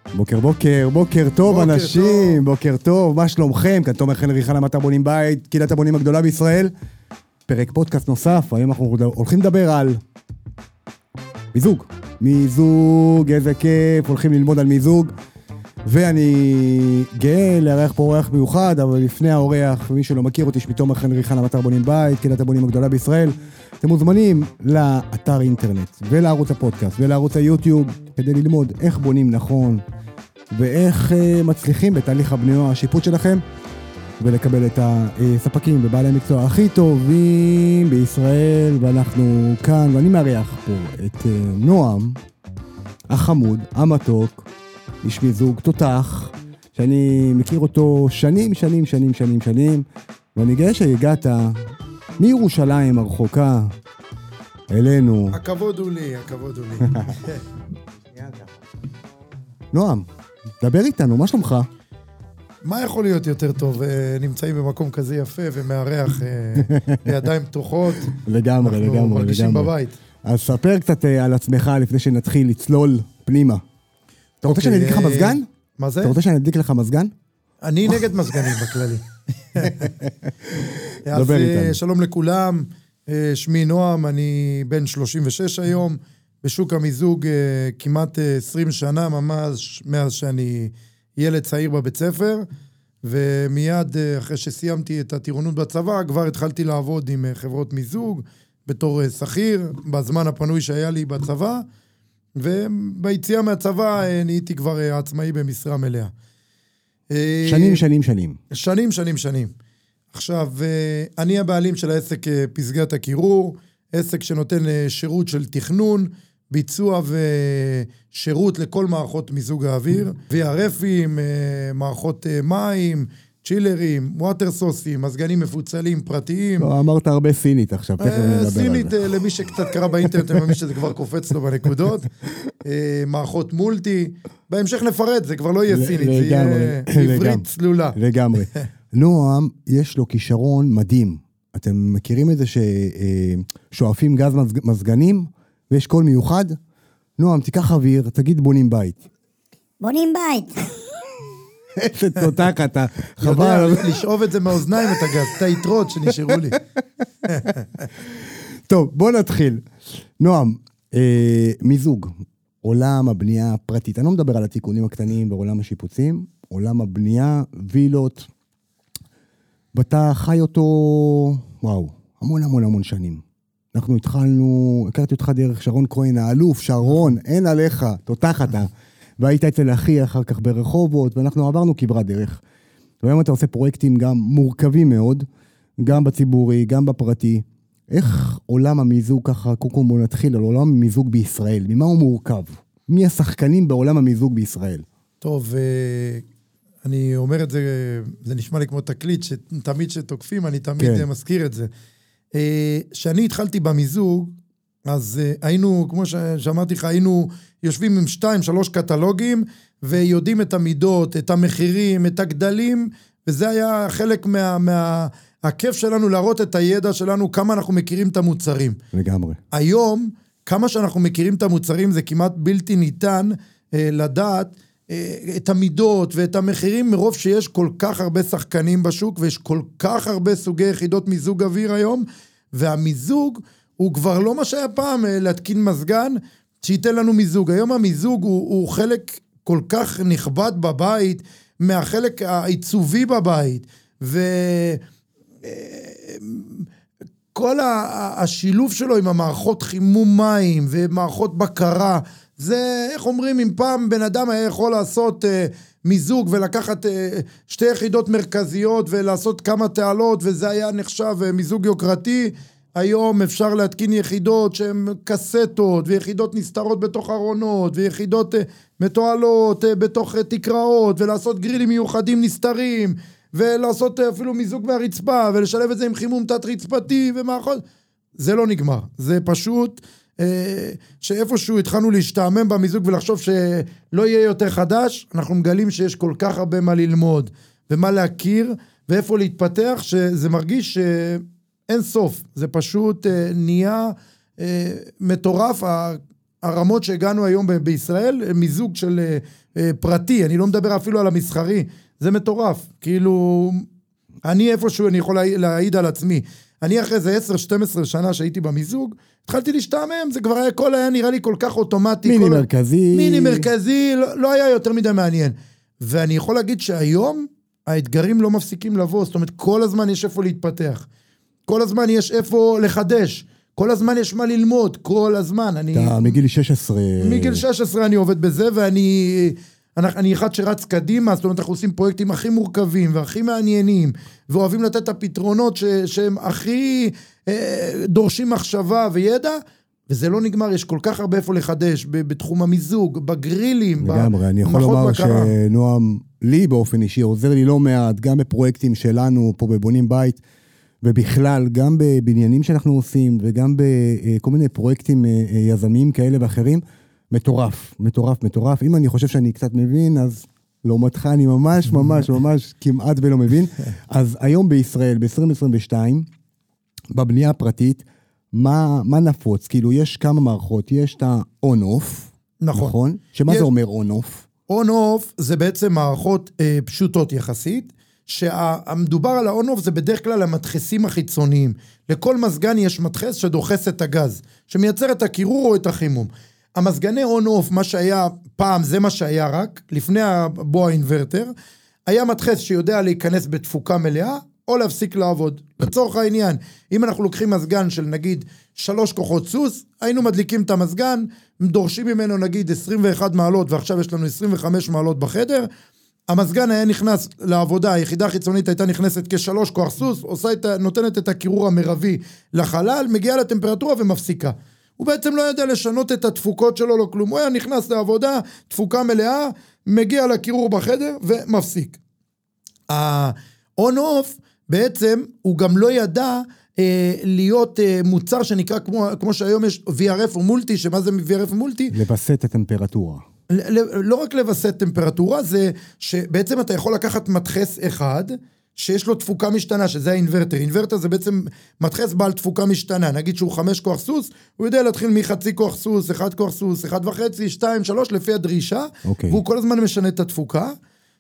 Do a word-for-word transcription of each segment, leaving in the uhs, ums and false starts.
בוקר בוקר, בוקר טוב בוקר אנשים, טוב. בוקר טוב, מה שלומכם? כאן תומר חן ריחן למטה בונים בית, קהילת הבונים הגדולה בישראל. פרק פודקאסט נוסף, היום אנחנו הולכים לדבר על מיזוג. מיזוג, איזה כיף, הולכים ללמוד על מיזוג. ואני גאה לארח פה אורח מיוחד, אבל לפני האורח, ומי שלא מכיר אותי, שמי תומר חן ריחן למטה בונים בית, קהילת הבונים הגדולה בישראל. אתם מוזמנים לאתר אינטרנט ולערוץ הפודקאסט ולערוץ היוטיוב כדי ללמוד איך בונים נכון ואיך uh, מצליחים בתהליך הבנייה השיפוט שלכם ולקבל את הספקים ובעלי המקצוע הכי טובים בישראל. ואנחנו כאן, ואני מארח פה את uh, נועם החמוד, המתוק, איש מיזוג תותח, שאני מכיר אותו שנים, שנים, שנים, שנים, שנים, ואני גאה שהגעת מירושלים הרחוקה אלינו. הכבוד הוא לי, הכבוד הוא לי. נועם, דבר איתנו, מה שלומך? מה יכול להיות יותר טוב? נמצאים במקום כזה יפה ומארח בידיים פתוחות. לגמרי, לגמרי. אנחנו מרגישים בבית. אז ספר קצת על עצמך לפני שנתחיל לצלול פנימה. אתה רוצה שאני אדליק לך מזגן? מה זה? אתה רוצה שאני אדליק לך מזגן? אני נגד מזגנים בכללי. אז שלום לכולם, שמי נועם, אני בן שלושים ושש היום, בשוק המיזוג כמעט עשרים שנה, ממש מאז שאני ילד צעיר בבית ספר, ומיד אחרי שסיימתי את הטירונות בצבא, כבר התחלתי לעבוד עם חברות מיזוג, בתור שכיר, בזמן הפנוי שהיה לי בצבא, וביציאה מהצבא נהייתי כבר עצמאי במשרה מלאה. שנים, שנים, שנים. שנים, שנים, שנים. עכשיו, אני הבעלים של העסק פסגת הקירור, עסק שנותן שירות של תכנון, ביצוע ושירות לכל מערכות מיזוג האוויר, וירפים, מערכות מים, צ'ילרים, ווטר סוסים, מזגנים מפוצלים פרטיים. לא, אמרת הרבה סינית עכשיו, תכף נדבר על זה. סינית, למי שקצת קרא באינטרנט, אני מאמין שזה כבר קופץ לו בנקודות. מערכות מולטי, בהמשך נפרט, זה כבר לא יהיה סינית, זה יהיה עברית צלולה. לגמרי. נועם, יש לו כישרון מדהים. אתם מכירים את זה ששואפים גז מזגנים, ויש קול מיוחד? נועם, תיקח אוויר, תגיד בונים בית. בונים בית. איזה תותח אתה, חבל. לשאוב את זה מהאוזניים, את הגז, את היתרות שנשארו לי. טוב, בוא נתחיל. נועם, אה, מיזוג, עולם הבנייה הפרטית. אני לא מדבר על התיקונים הקטנים ועולם השיפוצים, עולם הבנייה, וילות. ואתה חי אותו, וואו, המון המון המון שנים. אנחנו התחלנו, הכרתי אותך דרך שרון כהן, האלוף, שרון, אין עליך, תותח אתה. והיית אצל אחי אחר כך ברחובות, ואנחנו עברנו כברת דרך. והיום אתה עושה פרויקטים גם מורכבים מאוד, גם בציבורי, גם בפרטי. איך עולם המיזוג ככה, קודם בוא נתחיל על עולם המיזוג בישראל, ממה הוא מורכב? מי השחקנים בעולם המיזוג בישראל? טוב, אני אומר את זה, זה נשמע לי כמו תקליט, שתמיד שתוקפים, אני תמיד כן. מזכיר את זה. שאני התחלתי במיזוג, אז היינו, כמו שאמרתי לך, היינו יושבים עם שתיים, שלוש קטלוגים, ויודעים את המידות, את המחירים, את הגדלים, וזה היה חלק מה, מה, הכיף שלנו להראות את הידע שלנו, כמה אנחנו מכירים את המוצרים. לגמרי. היום, כמה שאנחנו מכירים את המוצרים, זה כמעט בלתי ניתן אה, לדעת אה, את המידות ואת המחירים, מרוב שיש כל כך הרבה שחקנים בשוק, ויש כל כך הרבה סוגי יחידות מיזוג אוויר היום, והמיזוג הוא כבר לא מה שהיה פעם להתקין מזגן, שייתן לנו מיזוג. היום המיזוג הוא, הוא חלק כל כך נכבד בבית, מהחלק העיצובי בבית, וכל השילוב שלו עם המערכות חימום מים, ומערכות בקרה, זה, איך אומרים, אם פעם בן אדם היה יכול לעשות מיזוג, ולקחת שתי יחידות מרכזיות, ולעשות כמה תעלות, וזה היה נחשב מיזוג יוקרתי, היום אפשר להתקין יחידות שהן קסטות, ויחידות נסתרות בתוך ארונות, ויחידות מתועלות בתוך תקראות, ולעשות גרילים מיוחדים נסתרים, ולעשות אפילו מיזוג מהרצפה, ולשלב את זה עם חימום תת רצפתי, ומערכות. זה לא נגמר. זה פשוט, אה, שאיפשהו התחלנו להשתעמם במיזוג, ולחשוב שלא יהיה יותר חדש, אנחנו מגלים שיש כל כך הרבה מה ללמוד, ומה להכיר, ואיפה להתפתח, שזה מרגיש ש... אין סוף, זה פשוט אה, נהיה אה, מטורף, הרמות שהגענו היום ב- בישראל, מיזוג של פרטי, אני לא מדבר אפילו על המסחרי, זה מטורף, כאילו, אני איפשהו, אני יכול להעיד על עצמי, אני אחרי זה עשר שתים עשרה שנה שהייתי במיזוג, התחלתי להשתעמם, זה כבר היה, הכל היה נראה לי כל כך אוטומטי. מיני כל... מרכזי. מיני מרכזי, לא, לא היה יותר מדי מעניין. ואני יכול להגיד שהיום, האתגרים לא מפסיקים לבוא, זאת אומרת, כל הזמן יש איפה להתפתח. כל הזמן יש איפה לחדש. כל הזמן יש מה ללמוד, כל הזמן. אני... אתה מגיל שש עשרה. מגיל שש עשרה אני עובד בזה, ואני... אני אחד שרץ קדימה, זאת אומרת, אנחנו עושים פרויקטים הכי מורכבים והכי מעניינים, ואוהבים לתת את הפתרונות ש, שהם הכי אה, דורשים מחשבה וידע, וזה לא נגמר, יש כל כך הרבה איפה לחדש, בתחום המיזוג, בגרילים, לגמרי, אני יכול לומר בקרה. שנועם, לי באופן אישי, עוזר לי לא מעט, גם בפרויקטים שלנו, פה בבונים בית, ובכלל, גם בבניינים שאנחנו עושים, וגם בכל מיני פרויקטים יזמיים כאלה ואחרים, מטורף, מטורף, מטורף. אם אני חושב שאני קצת מבין, אז לעומתך אני ממש, ממש, ממש כמעט ולא מבין. אז היום בישראל, ב-עשרים עשרים ושתיים, בבנייה הפרטית, מה, מה נפוץ? כאילו, יש כמה מערכות, יש את ה-on-off, נכון? נכון? שמה יש... זה אומר on-off? on-off זה בעצם מערכות אה, פשוטות יחסית, שהמדובר על ה-on-off זה בדרך כלל המדחסים החיצוניים. לכל מזגן יש מדחס שדוחס את הגז, שמייצר את הקירור או את החימום. המזגני on-off, מה שהיה פעם, זה מה שהיה רק, לפני בו האינברטר, היה מדחס שיודע להיכנס בתפוקה מלאה, או להפסיק לעבוד. לצורך העניין, אם אנחנו לוקחים מזגן של נגיד שלוש כוחות סוס, היינו מדליקים את המזגן, דורשים ממנו נגיד עשרים ואחת מעלות, ועכשיו יש לנו עשרים וחמש מעלות בחדר, המזגן היה נכנס לעבודה, היחידה החיצונית הייתה נכנסת כשלוש כוח סוס, עושה את, נותנת את הקירור המרבי לחלל, מגיעה לטמפרטורה ומפסיקה. הוא בעצם לא ידע לשנות את התפוקות שלו, לא כלום. הוא היה נכנס לעבודה, תפוקה מלאה, מגיע לקירור בחדר ומפסיק. ה-on-off בעצם הוא גם לא ידע אה, להיות אה, מוצר שנקרא כמו, כמו שהיום יש וי אר אף או מולטי, שמה זה וי אר אף או מולטי? לבסט את הטמפרטורה. לא רק לבסט טמפרטורה, זה שבעצם אתה יכול לקחת מדחס אחד, שיש לו תפוקה משתנה, שזה האינברטר. אינברטר זה בעצם מדחס בעל תפוקה משתנה. נגיד שהוא חמש כוח סוס, הוא יודע להתחיל מחצי כוח סוס, אחד כוח סוס, אחד וחצי, שתיים, שלוש, לפי הדרישה, okay. והוא כל הזמן משנה את התפוקה,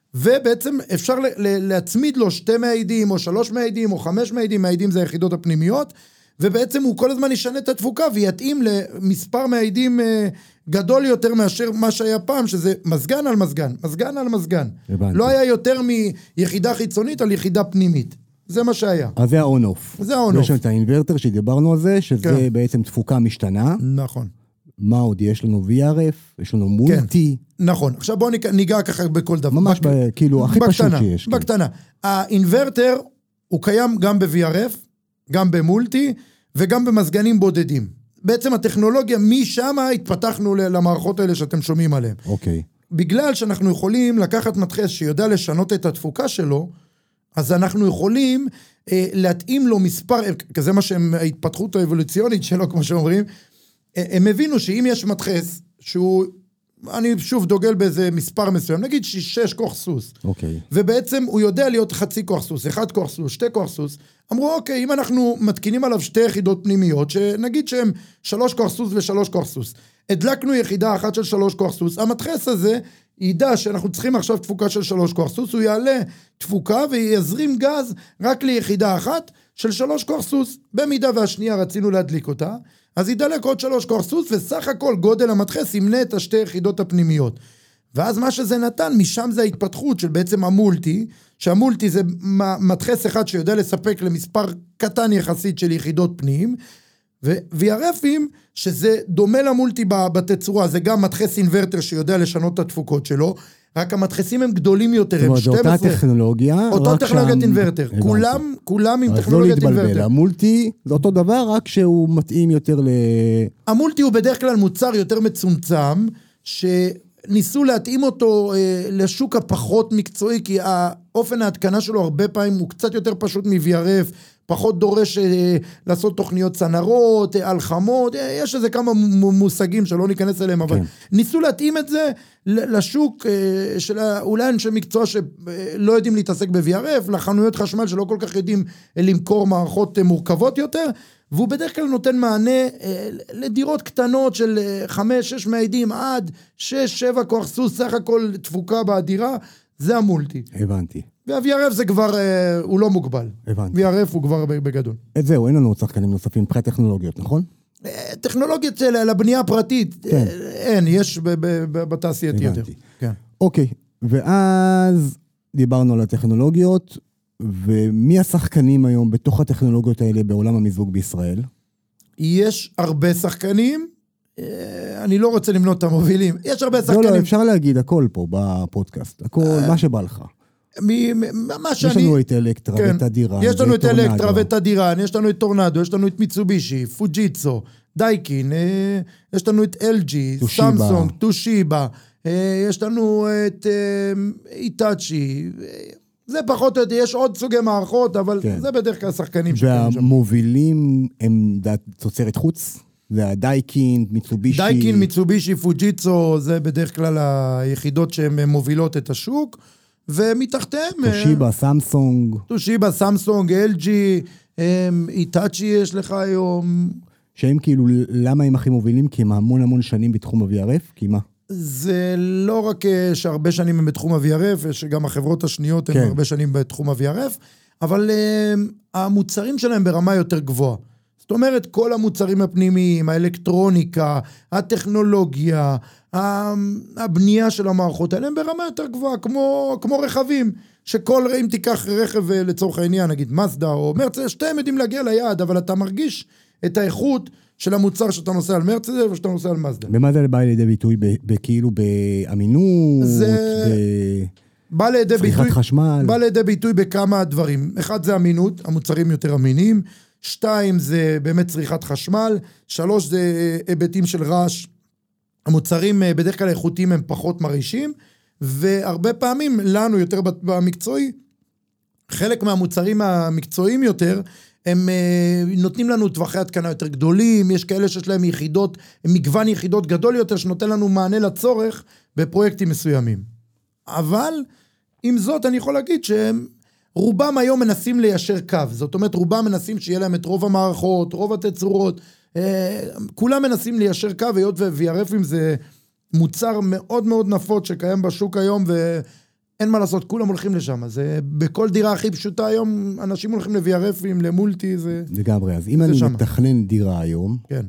ובעצם אפשר להצמיד לו שתי מעידים, או שלוש מעידים, או חמש מעידים, מעידים זה היחידות הפנימיות, ובעצם הוא כל הזמן ישנה את התפוקה, ויתאים למספר מעידים גדול יותר מאשר מה שהיה פעם, שזה מזגן על מזגן, מזגן על מזגן. הבנתי. לא היה יותר מיחידה חיצונית על יחידה פנימית. זה מה שהיה. אז זה ה-on-off. זה ה-on-off. יש לנו את האינברטר שדיברנו על זה, שזה כן. בעצם תפוקה משתנה. נכון. מה עוד? יש לנו וי אר אף, יש לנו מולטי. כן. נכון. עכשיו בואו ניגע ככה בכל דבר. ממש בק... ב... כאילו, הכי בקטנה, פשוט שיש. בקטנה. כן. האינברטר הוא קיים גם ב-וי אר אף, גם במולטי, וגם במזגנים בודדים. בעצם הטכנולוגיה, משם התפתחנו למערכות האלה שאתם שומעים עליהן. אוקיי. בגלל שאנחנו יכולים לקחת מדחס שיודע לשנות את התפוקה שלו, אז אנחנו יכולים אה, להתאים לו מספר, כזה מה שהם, ההתפתחות האבולוציונית שלו, כמו שאומרים, אה, הם הבינו שאם יש מדחס, שהוא, אני שוב דוגל באיזה מספר מסוים, נגיד שש כוח סוס. אוקיי. ובעצם הוא יודע להיות חצי כוח סוס, אחד כוח סוס, שתי כוח סוס, אמרו, אוקיי, אם אנחנו מתקינים עליו שתי יחידות פנימיות, שנגיד שהם שלוש כוח סוס ושלוש כוח סוס, הדלקנו יחידה אחת של שלוש כוח סוס, המדחס הזה ידע שאנחנו צריכים עכשיו תפוקה של שלוש כוח סוס, הוא יעלה תפוקה ויזרים גז רק ליחידה אחת של שלוש כוח סוס, במידה והשנייה רצינו להדליק אותה, אז ידלק עוד שלוש כוח סוס, וסך הכל גודל המדחס ימנה את השתי יחידות הפנימיות. ואז מה שזה נתן, משם זה ההתפתחות של בעצם המולטי, שהמולטי זה מדחס אחד שיודע לספק למספר קטן יחסית של יחידות פנים, ו-וי אר אפים, שזה דומה למולטי בתצורה, זה גם מדחס אינברטר שיודע לשנות את התפוקות שלו, רק המדחסים הם גדולים יותר, הם שתים עשרה. אותה טכנולוגיה, אותו טכנולוגיית אינברטר. כולם, כולם עם טכנולוגיית אינברטר. המולטי זה אותו דבר, רק שהוא מתאים יותר ל... המולטי הוא בדרך כלל מוצר יותר מצומצם, שניסו להתאים אותו לשוק הפחות מקצועי, כי האופן ההתקנה שלו הרבה פעמים הוא קצת יותר פשוט מ-וי אר אף, פחות דורש אה, לעשות תוכניות צנרות, אה, הלחמות, אה, יש איזה כמה מושגים שלא ניכנס אליהם, אבל כן. ניסו להתאים את זה לשוק אה, של אולי אנשי מקצוע שלא יודעים להתעסק ב-וי אר אף, לחנויות חשמל שלא כל כך יודעים למכור מערכות אה, מורכבות יותר, והוא בדרך כלל נותן מענה אה, לדירות קטנות של אה, חמש, שש מעידים עד שש, שבע כוח סוס, סך הכל תפוקה בדירה, זה המולטי. הבנתי. וה-וי אר אף זה כבר, אה, הוא לא מוגבל. הבנתי. וי אר אף הוא כבר בגדול. את זהו, אין לנו עוד שחקנים נוספים, מבחינת טכנולוגיות, נכון? אה, טכנולוגיות של הבנייה הפרטית, כן. אה, אין, יש בתעשייתי יותר. כן. אוקיי, ואז דיברנו על הטכנולוגיות, ומי השחקנים היום בתוך הטכנולוגיות האלה בעולם המיזוג בישראל? יש הרבה שחקנים, אני לא רוצה למנות את המובילים, יש הרבה שחקנים. לא, לא, אפשר להגיד הכל פה בפודקאסט, הכל, מה שבא לך. מה שאני... יש לנו את אלקטרה ואת הדירן. יש לנו את אלקטרה ואת הדירן, יש לנו את טורנדו, יש לנו את מיצובישי, פוג'יצו, דייקין, יש לנו את אל ג'י, סמסונג, טושיבה, יש לנו את איטאצ'י, זה פחות או יותר, יש עוד סוגי מערכות, אבל כן. זה בדרך כלל שחקנים שקיים שם. והמובילים הם תוצרת חוץ? זה הדייקין, מיצובישי? דייקין, מיצובישי, פוג'יצו, זה בדרך כלל היחידות שהן מובילות את השוק, ומתחתיהם... טושיבה, סמסונג. טושיבה, סמסונג, אל ג'י, איטאצ'י יש לך היום. שהם כאילו, למה הם הכי מובילים? כי הם המון המון שנים בתחום ה-וי אר אף? כי מה? זה לא רק שהרבה שנים הם בתחום ה-וי אר אף, שגם החברות השניות הם הרבה שנים בתחום ה-וי אר אף, אבל המוצרים שלהם ברמה יותר גבוהה. זאת אומרת, כל המוצרים הפנימיים, האלקטרוניקה, הטכנולוגיה, הבנייה של המערכות האלה הם ברמה יותר גבוהה, כמו, כמו רכבים, שכל, אם תיקח רכב לצורך העניין, נגיד מזדה או מרצדס, שתיהם יודעים להגיע ליעד, אבל אתה מרגיש את האיכות של המוצר שאתה נוסע על מרצדס ושאתה נוסע על מזדה. במה זה בא לידי ביטוי? כאילו באמינות? זה... בא לידי ביטוי, חשמל. בא לידי ביטוי בכמה דברים. אחד זה אמינות, המוצרים יותר אמינים. שתיים זה באמת צריכת חשמל. שלוש זה היבטים של רעש. המוצרים בדרך כלל איכותיים הם פחות מרעישים. והרבה פעמים לנו יותר במקצועי, חלק מהמוצרים המקצועיים יותר, הם נותנים לנו טווחי התקנה יותר גדולים, יש כאלה שיש להם יחידות, מגוון יחידות גדול יותר, שנותן לנו מענה לצורך בפרויקטים מסוימים. אבל, עם זאת, אני יכול להגיד שרובם היום מנסים ליישר קו, זאת אומרת, רובם מנסים שיהיה להם את רוב המערכות, רוב התצורות, כולם מנסים ליישר קו, היות ו-וי אר אפים זה מוצר מאוד מאוד נפוץ שקיים בשוק היום, ו... אין מה לעשות, כולם הולכים לשם, זה בכל דירה הכי פשוטה היום, אנשים הולכים ל-וי אר אפים, למולטי, זה... לגמרי, אז אם אני מתכנן דירה היום, כן.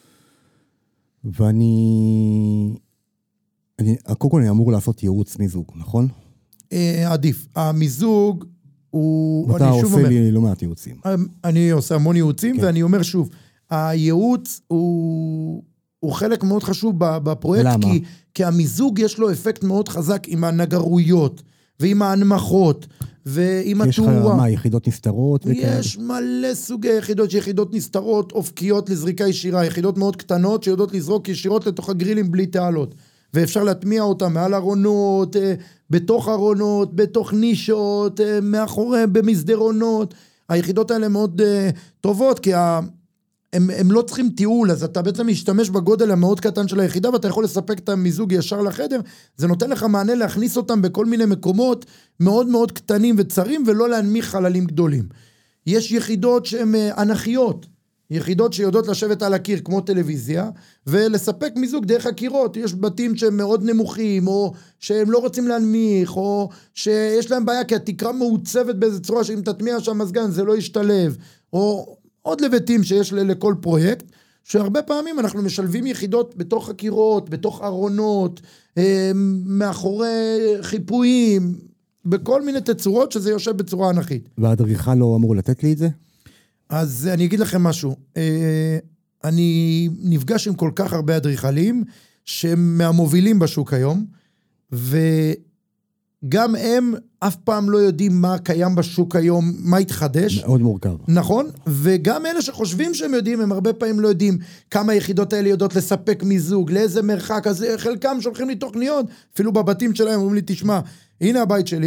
ואני... אני, קודם כל אני אמור לעשות ייעוץ מיזוג, נכון? עדיף. המיזוג הוא... ואתה עושה לי לא מעט ייעוצים. אני עושה המון ייעוצים, ואני אומר שוב, הייעוץ הוא... הוא חלק מאוד חשוב בפרויקט, למה? כי, כי המיזוג יש לו אפקט מאוד חזק עם הנגרויות, ועם ההנמכות, ועם התאורה. יש לך מה, יחידות נסתרות? יש מלא סוגי יחידות, יחידות נסתרות, אופקיות לזריקה ישירה, יחידות מאוד קטנות, שיודעות לזרוק ישירות לתוך הגרילים בלי תעלות, ואפשר להטמיע אותם מעל ארונות, בתוך ארונות, בתוך נישות, מאחורי, במסדרונות. היחידות האלה מאוד טובות, כי ה... הם, הם לא צריכים טיעול, אז אתה בעצם משתמש בגודל המאוד קטן של היחידה, ואתה יכול לספק את המיזוג ישר לחדר, זה נותן לך מענה להכניס אותם בכל מיני מקומות מאוד מאוד קטנים וצרים, ולא להנמיך חללים גדולים. יש יחידות שהן אנכיות, יחידות שיודעות לשבת על הקיר כמו טלוויזיה, ולספק מיזוג דרך הקירות. יש בתים שהם מאוד נמוכים, או שהם לא רוצים להנמיך, או שיש להם בעיה, כי התקרה מעוצבת באיזו צורה, שאם תטמיע שם מזגן זה לא ישתלב, או... עוד לבטים שיש לכל פרויקט, שהרבה פעמים אנחנו משלבים יחידות בתוך הקירות, בתוך ארונות, מאחורי חיפויים, בכל מיני תצורות שזה יושב בצורה אנכית. והאדריכל לא אמור לתת לי את זה? אז אני אגיד לכם משהו. אני נפגש עם כל כך הרבה אדריכלים, שהם מהמובילים בשוק היום, ו... גם הם אף פעם לא יודעים מה קיים בשוק היום, מה התחדש. מאוד מורכב. נכון? וגם אלה שחושבים שהם יודעים, הם הרבה פעמים לא יודעים כמה היחידות האלה יודעות לספק מיזוג, לאיזה מרחק, אז חלקם שולחים לי תוכניות, אפילו בבתים שלהם אומרים לי, תשמע, הנה הבית שלי,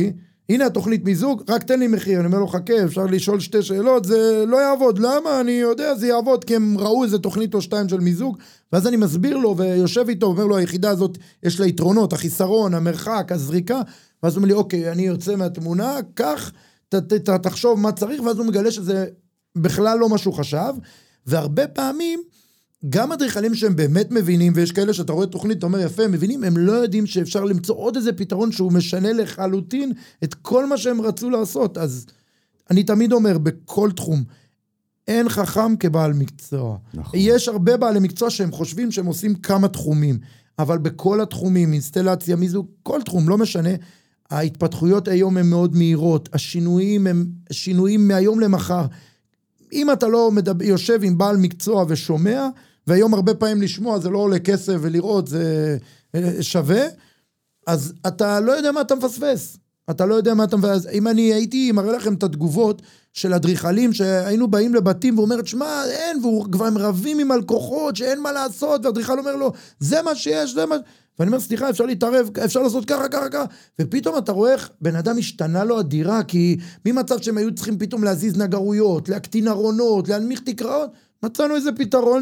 הנה התוכנית מיזוג, רק תן לי מחיר, אני אומר לו, חכה, אפשר לשאול שתי שאלות, זה לא יעבוד, למה? אני יודע, זה יעבוד, כי הם ראו איזה תוכנית או שתיים של מיזוג, ואז אני מסביר לו, ויושב איתו, אומר לו, היחידה הזאת, יש לה יתרונות, החיסרון, המרחק, הזריקה, ואז הוא אומר לי, אוקיי, אני יוצא מהתמונה, כך, ת, ת, ת, תחשוב מה צריך, ואז הוא מגלה שזה בכלל לא משהו חשב, והרבה פעמים, גם אדריכלים שהם באמת מבינים, ויש כאלה שאתה רואה תוכנית, אתה אומר יפה, הם מבינים, הם לא יודעים שאפשר למצוא עוד איזה פתרון שהוא משנה לחלוטין את כל מה שהם רצו לעשות. אז אני תמיד אומר, בכל תחום, אין חכם כבעל מקצוע. נכון. יש הרבה בעלי מקצוע שהם חושבים שהם עושים כמה תחומים, אבל בכל התחומים, אינסטלציה, מיזוג, כל תחום, לא משנה, ההתפתחויות היום הן מאוד מהירות, השינויים הם שינויים מהיום למחר. אם אתה לא מדבר, יושב עם בעל מקצוע ושומע, והיום הרבה פעמים לשמוע, זה לא עולה כסף ולראות, זה שווה, אז אתה לא יודע מה אתה מפספס. אתה לא יודע מה אתה מפספס. אם אני הייתי מראה לכם את התגובות של אדריכלים, שהיינו באים לבתים ואומרת, שמה, אין, והוא כבר רבים עם הלקוחות, שאין מה לעשות, והאדריכל אומר לו, זה מה שיש, זה מה... ואני אומר, סליחה, אפשר להתערב, אפשר לעשות ככה, ככה, ככה, ופתאום אתה רואה איך בן אדם השתנה לו הדירה, כי ממצב שהם היו צריכים פתאום להזיז נגרויות, להקטין ארונות, להנמיך תקראות, מצאנו איזה פתרון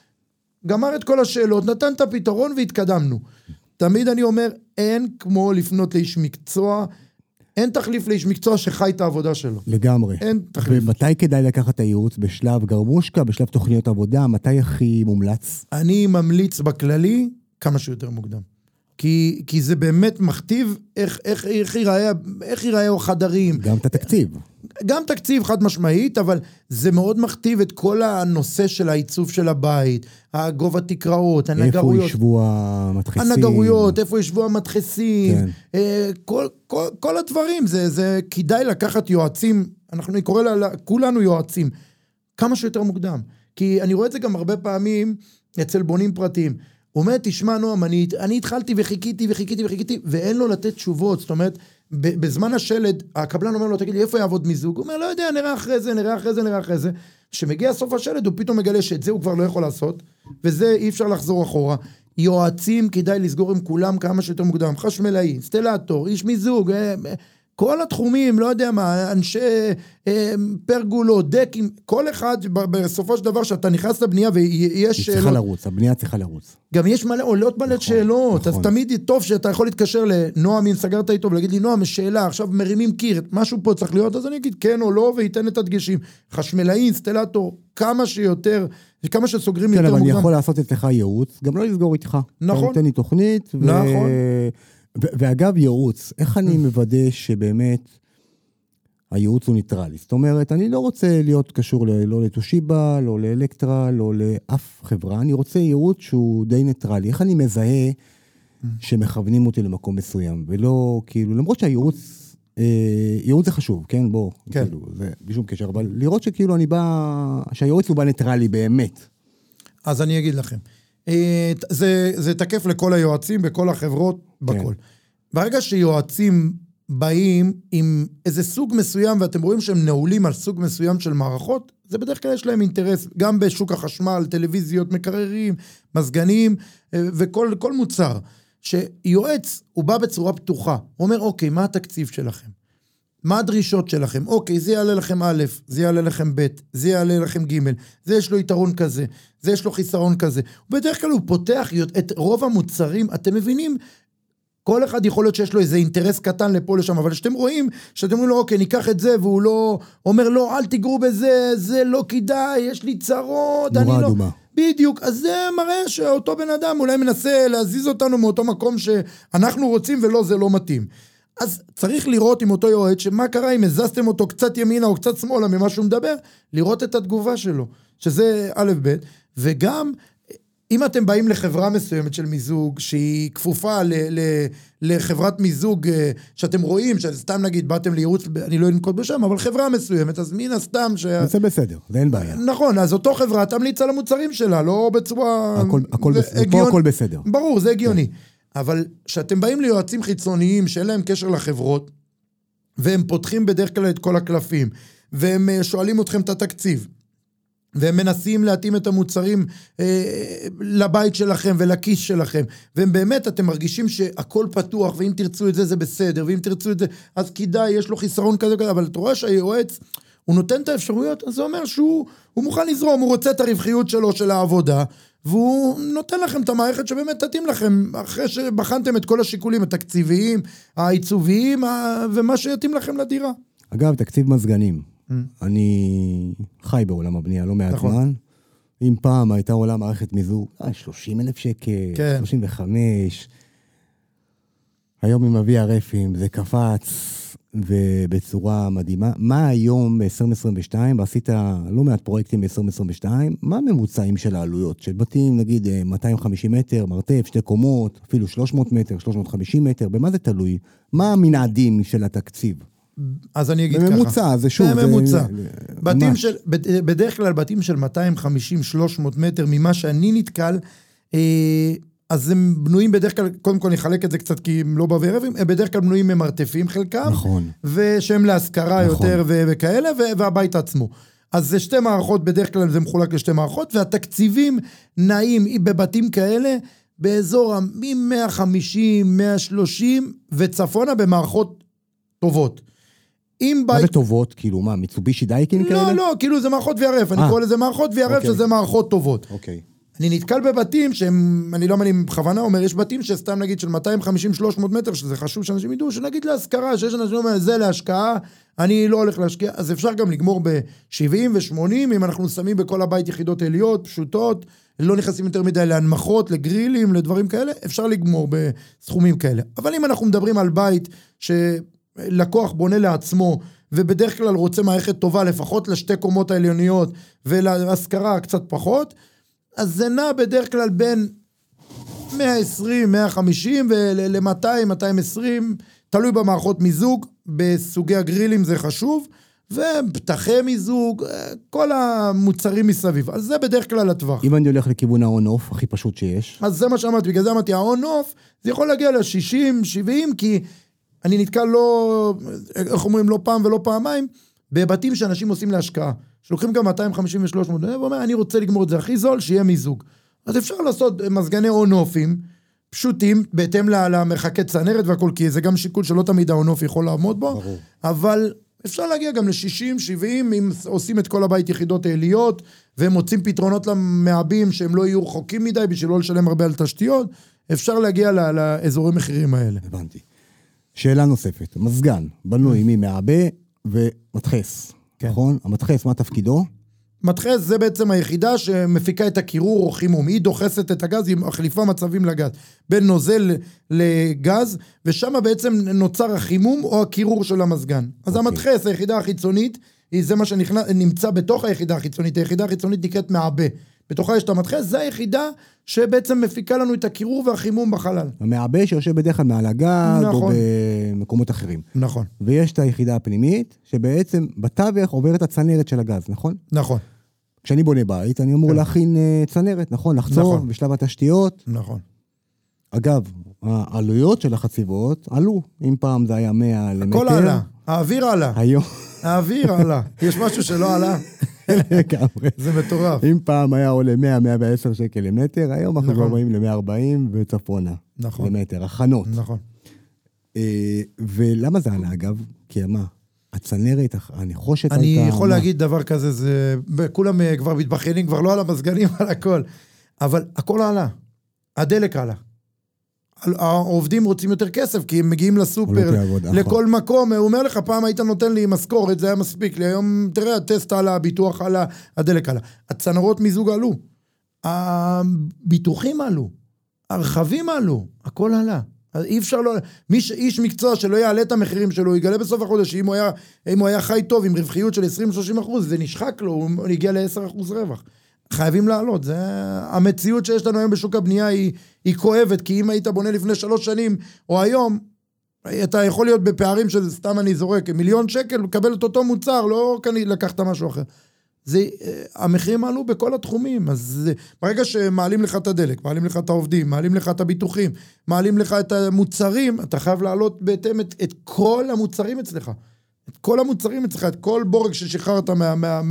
שגמר את כל השאלות, נתן את הפתרון והתקדמנו. תמיד אני אומר, אין כמו לפנות לאיש מקצוע, אין תחליף לאיש מקצוע שחי את העבודה שלו. לגמרי. אין תחליף. ומתי כדאי לקחת את הייעוץ? בשלב גרמושקה, בשלב תוכניות עבודה, מתי הכי מומלץ? אני ממליץ בכללי, כמה שיותר מוקדם. כי, כי זה באמת מכתיב איך, איך, איך ייראה, איך ייראה החדרים. גם את התקציב. גם תקציב חד משמעית, אבל זה מאוד מכתיב את כל הנושא של העיצוב של הבית, הגובה תקראות, הנגרויות. איפה ישבו המדחסים. הנגרויות, איפה ישבו המדחסים. כן. כל, כל, כל הדברים, זה, זה כדאי לקחת יועצים, אנחנו נקרא לה, כולנו יועצים, כמה שיותר מוקדם. כי אני רואה את זה גם הרבה פעמים אצל בונים פרטיים. הוא אומר, תשמע נועם, אני, אני התחלתי וחיכיתי וחיכיתי וחיכיתי, ואין לו לתת תשובות, זאת אומרת, בזמן השלד, הקבלן אומר לו, תגיד לי, איפה יעבוד מיזוג? הוא אומר, לא יודע, נראה אחרי זה, נראה אחרי זה, נראה אחרי זה. כשמגיע סוף השלד, הוא פתאום מגלה שאת זה הוא כבר לא יכול לעשות, וזה אי אפשר לחזור אחורה. יועצים כדאי לסגור עם כולם כמה שיותר מוקדם, חשמלאי, אינסטלטור, איש מיזוג, כל התחומים, לא יודע מה, אנשי פרגולות, דקים, כל אחד בסופו של דבר שאתה נכנס לבנייה ויש שאלות. צריכה לרוץ, הבנייה צריכה לרוץ. גם יש מלא, עולות מלא שאלות, אז תמיד טוב שאתה יכול להתקשר לנועם, אם סגרת איתו ולהגיד לי, נועם, יש שאלה, עכשיו מרימים קיר, משהו פה צריך להיות, אז אני אגיד כן או לא, וייתן את הדגשים. חשמלאי, אינסטלטור, כמה שיותר, כמה שסוגרים יותר מוקדם. כן, אבל אני יכול מוקדם. לעשות אצלך ייעוץ, גם לא לסגור איתך. נכון. אתה נותן לי תוכנית, ו... נכון. ואגב ייעוץ, איך אני מוודא שבאמת הייעוץ הוא ניטרלי? זאת אומרת, אני לא רוצה להיות קשור לא לתושיבה, לא לאלקטרה, לא לאף חברה, אני רוצה ייעוץ שהוא די ניטרלי. איך אני מזהה שמכוונים אותי למקום מסוים, ולא כאילו, למרות שהייעוץ, ייעוץ זה חשוב, כן? בוא, כן. כאילו, זה בשום קשר, אבל לראות שכאילו אני בא, שהייעוץ הוא בא ניטרלי באמת. אז אני אגיד לכם. זה, זה תקף לכל היועצים, בכל החברות, בכל. ברגע שיועצים באים עם איזה סוג מסוים, ואתם רואים שהם נעולים על סוג מסוים של מערכות, זה בדרך כלל יש להם אינטרס, גם בשוק החשמל, טלוויזיות, מקררים, מזגנים, וכל כל מוצר. שיועץ, הוא בא בצורה פתוחה. הוא אומר, אוקיי, מה התקציב שלכם? מה הדרישות שלכם? אוקיי, זה יעלה לכם א', זה יעלה לכם ב', זה יעלה לכם ג', זה יש לו יתרון כזה, זה יש לו חיסרון כזה. ובדרך כלל הוא פותח את רוב המוצרים, אתם מבינים, כל אחד יכול להיות שיש לו איזה אינטרס קטן לפה לשם, אבל שאתם רואים, שאתם אומרים לו, אוקיי, ניקח את זה, והוא לא אומר, לא, אל תיגרו בזה, זה לא כדאי, יש לי צרות, נורא אני אדומה. לא... בדיוק, אז זה מראה שאותו בן אדם אולי מנסה להזיז אותנו מאותו מקום שאנחנו רוצים ולא, זה לא מתאים. אז צריך לראות עם אותו יועץ, שמה קרה אם הזזתם אותו קצת ימינה או קצת שמאלה ממה שהוא מדבר, לראות את התגובה שלו, שזה א' ב', וגם אם אתם באים לחברה מסוימת של מיזוג, שהיא כפופה ל- ל- לחברת מיזוג, שאתם רואים, שסתם נגיד, באתם לייעוץ, אני לא אנקוט בשם, אבל חברה מסוימת, אז מן הסתם ש... זה בסדר, זה אין בעיה. נכון, אז אותו חברה תמליץ על המוצרים שלה, לא בצורה... הכל, הכל, בסדר, פה הכל בסדר. ברור, זה הגיוני. אבל שאתם באים ליועצים חיצוניים, שאין להם קשר לחברות, והם פותחים בדרך כלל את כל הקלפים, והם שואלים אתכם את התקציב, והם מנסים להתאים את המוצרים אה, לבית שלכם ולכיס שלכם, והם באמת, אתם מרגישים שהכל פתוח, ואם תרצו את זה, זה בסדר, ואם תרצו את זה, אז כדאי, יש לו חיסרון כזה כזה, אבל אתה רואה שהיועץ, הוא נותן את האפשרויות, אז זה אומר שהוא הוא מוכן לזרום, הוא רוצה את הרווחיות שלו, של העבודה, והוא נותן לכם את המערכת שבאמת תתאים לכם, אחרי שבחנתם את כל השיקולים, התקציביים, העיצוביים, ומה שיתאים לכם לדירה. אגב, תקציב מזגנים. אני חי בעולם הבנייה, לא מעט זמן. אם פעם הייתה עולה מערכת מיזוג, שלושים אלף שקל, שלושים וחמש. היום עם אבי הרפים, זה קפץ, ובצורה מדהימה. מה היום ב-עשרים עשרים ושתיים, ועשית לא מעט פרויקטים ב-עשרים עשרים ושתיים, מה הממוצעים של העלויות? של בתים, נגיד, מאתיים וחמישים מטר, מרתף, שתי קומות, אפילו שלוש מאות מטר, שלוש מאות וחמישים מטר, במה זה תלוי? מה המנעדים של התקציב? אז אני אגיד ככה. בממוצע, זה שוב. בממוצע. בתים של, בדרך כלל בתים של מאתיים וחמישים שלוש מאות מטר, ממה שאני נתקל, אז הם בנויים בדרך כלל, קודם כל נחלק את זה קצת כי הם לא בערבים, הם בדרך כלל בנויים ממרתפים חלקם, נכון. ושהם להשכרה נכון. יותר ו- וכאלה, ו- והבית עצמו. אז זה שתי מערכות, בדרך כלל זה מחולק לשתי מערכות, והתקציבים נעים בבתים כאלה, באזור מ-מאה וחמישים, מאה ושלושים, וצפונה במערכות טובות. מה זה טובות? כאילו מה, מיצובישי דייקין כאלה? לא, לא, כאילו זה מערכות וי ער אף, אני קורא לזה מערכות וי ער אף שזה מערכות טובות. אוקיי. אני נתקל בבתים שהם, אני לא מניח בכוונה אומר, יש בתים שסתם נגיד של מאתיים וחמישים שלוש מאות מטר, שזה חשוב שאנשים ידעו, שנגיד להשכרה, שיש אנשים אומרים, זה להשקעה, אני לא הולך להשקיע, אז אפשר גם לגמור ב-שבעים ו-שמונים, אם אנחנו שמים בכל הבית יחידות עליות, פשוטות, לא נכנסים יותר מדי להנמכות, לגרילים, לדברים כאלה, אפשר לגמור בסכומים כאלה. אבל אם אנחנו מדברים על בית שלקוח בונה לעצמו, ובדרך כלל רוצה מערכת טובה, לפחות לשתי קומות העליוניות, ולהשכרה קצת פחות, אז זה נע בדרך כלל בין מאה ועשרים, מאה וחמישים ול-מאתיים, מאתיים ועשרים, תלוי במערכות מיזוג, בסוגי הגרילים זה חשוב, ופתחי מיזוג, כל המוצרים מסביב. אז זה בדרך כלל הטווח. אם אני הולך לכיוון ה-on-off, הכי פשוט שיש. אז זה מה שאמרתי, בגלל זה אמרתי, ה-on-off, זה יכול להגיע ל-שישים, שבעים, כי אני נתקל לא, איך אומרים, לא פעם ולא פעמיים, בבתים שאנשים עושים להשקעה. שלוקחים גם מאתיים וחמישים ושלוש מאות, ואומר, אני רוצה לגמור את זה הכי זול, שיהיה מיזוג. אז אפשר לעשות מזגני און-אופים, פשוטים, בהתאם למרחקי צנרת והכל, כי זה גם שיקול שלא תמיד האון-אוף יכול לעמוד בו, ברור. אבל אפשר להגיע גם ל-שישים, שבעים, אם עושים את כל הבית יחידות העליות, והם מוצאים פתרונות למעבים, שהם לא יהיו רחוקים מדי, בשביל לא לשלם הרבה על תשתיות, אפשר להגיע לאזורי מחירים האלה. הבנתי. שאלה נוספת, מזגן, בנוי ממעבה ומתחס. נכון? המתחס, מה תפקידו? מתחס זה בעצם היחידה שמפיקה את הקירור או חימום. היא דוחסת את הגז, היא מחליפה מצבים לגז. בין נוזל לגז, ושם בעצם נוצר החימום או הקירור של המזגן. אז המתחס, היחידה החיצונית, זה מה שנמצא בתוך היחידה החיצונית. היחידה החיצונית נקראת מעבה. בתוכה יש את המתחס, זה היחידה שבעצם מפיקה לנו את הקירור והחימום בחלל. המעבה שיושב בדרך כלל מעל הגג, נכון. או במקומות אחרים. נכון. ויש את היחידה הפנימית, שבעצם בתווך עוברת הצנרת של הגז, נכון? נכון. כשאני בונה בית, אני אמור כן. להכין צנרת, נכון? לחצור נכון. בשלב התשתיות. נכון. אגב, העלויות של החציבות עלו. אם פעם זה היה מאה למטר. הכל עלה. האוויר עלה. היום. האוויר עלה. יש משהו שלא עלה. זה מטורף. אם פעם היה עולה מאה עד מאה ועשר שקל למטר, היום אנחנו כבר רואים ל-מאה וארבעים וצפונה. נכון. למטר, הכנות. נכון. ולמה זה עלה אגב? כי מה? הצנרת, הנחושת הייתה... אני יכול להגיד דבר כזה, זה... כולם כבר מתבחנים, כבר לא על המזגנים, על הכל. אבל הכל עלה. הדלק עלה. העובדים רוצים יותר כסף, כי הם מגיעים לסופר, לכל מקום, הוא אומר לך, פעם היית נותן לי משכורת, זה היה מספיק לי, היום תראה, הטסט עלה, הביטוח עלה, הדלק עלה. הצנרות מיזוג עלו, הביטוחים עלו, הרכבים עלו, הכל עלה. אי אפשר לא, מי איש מקצוע שלא יעלה את המחירים שלו, יגלה בסוף החודש, שאם הוא היה, אם הוא היה חי טוב עם רווחיות של עשרים שלושים אחוז, זה נשחק לו, הוא הגיע ל-עשרה אחוז רווח. חייבים לעלות, זה המציאות שיש לנו היום בשוק הבנייה היא, היא כואבת, כי אם היית בונה לפני שלוש שנים, או היום, אתה יכול להיות בפערים של סתם אני זורק, מיליון שקל, לקבל את אותו מוצר, לא כאן לקחת משהו אחר. זה, המחירים עלו בכל התחומים, אז זה, ברגע שמעלים לך את הדלק, מעלים לך את העובדים, מעלים לך את הביטוחים, מעלים לך את המוצרים, אתה חייב לעלות בהתאם את, את כל המוצרים אצלך. את כל המוצרים אצלך, את כל בורג ששחררת מה, מה, מה,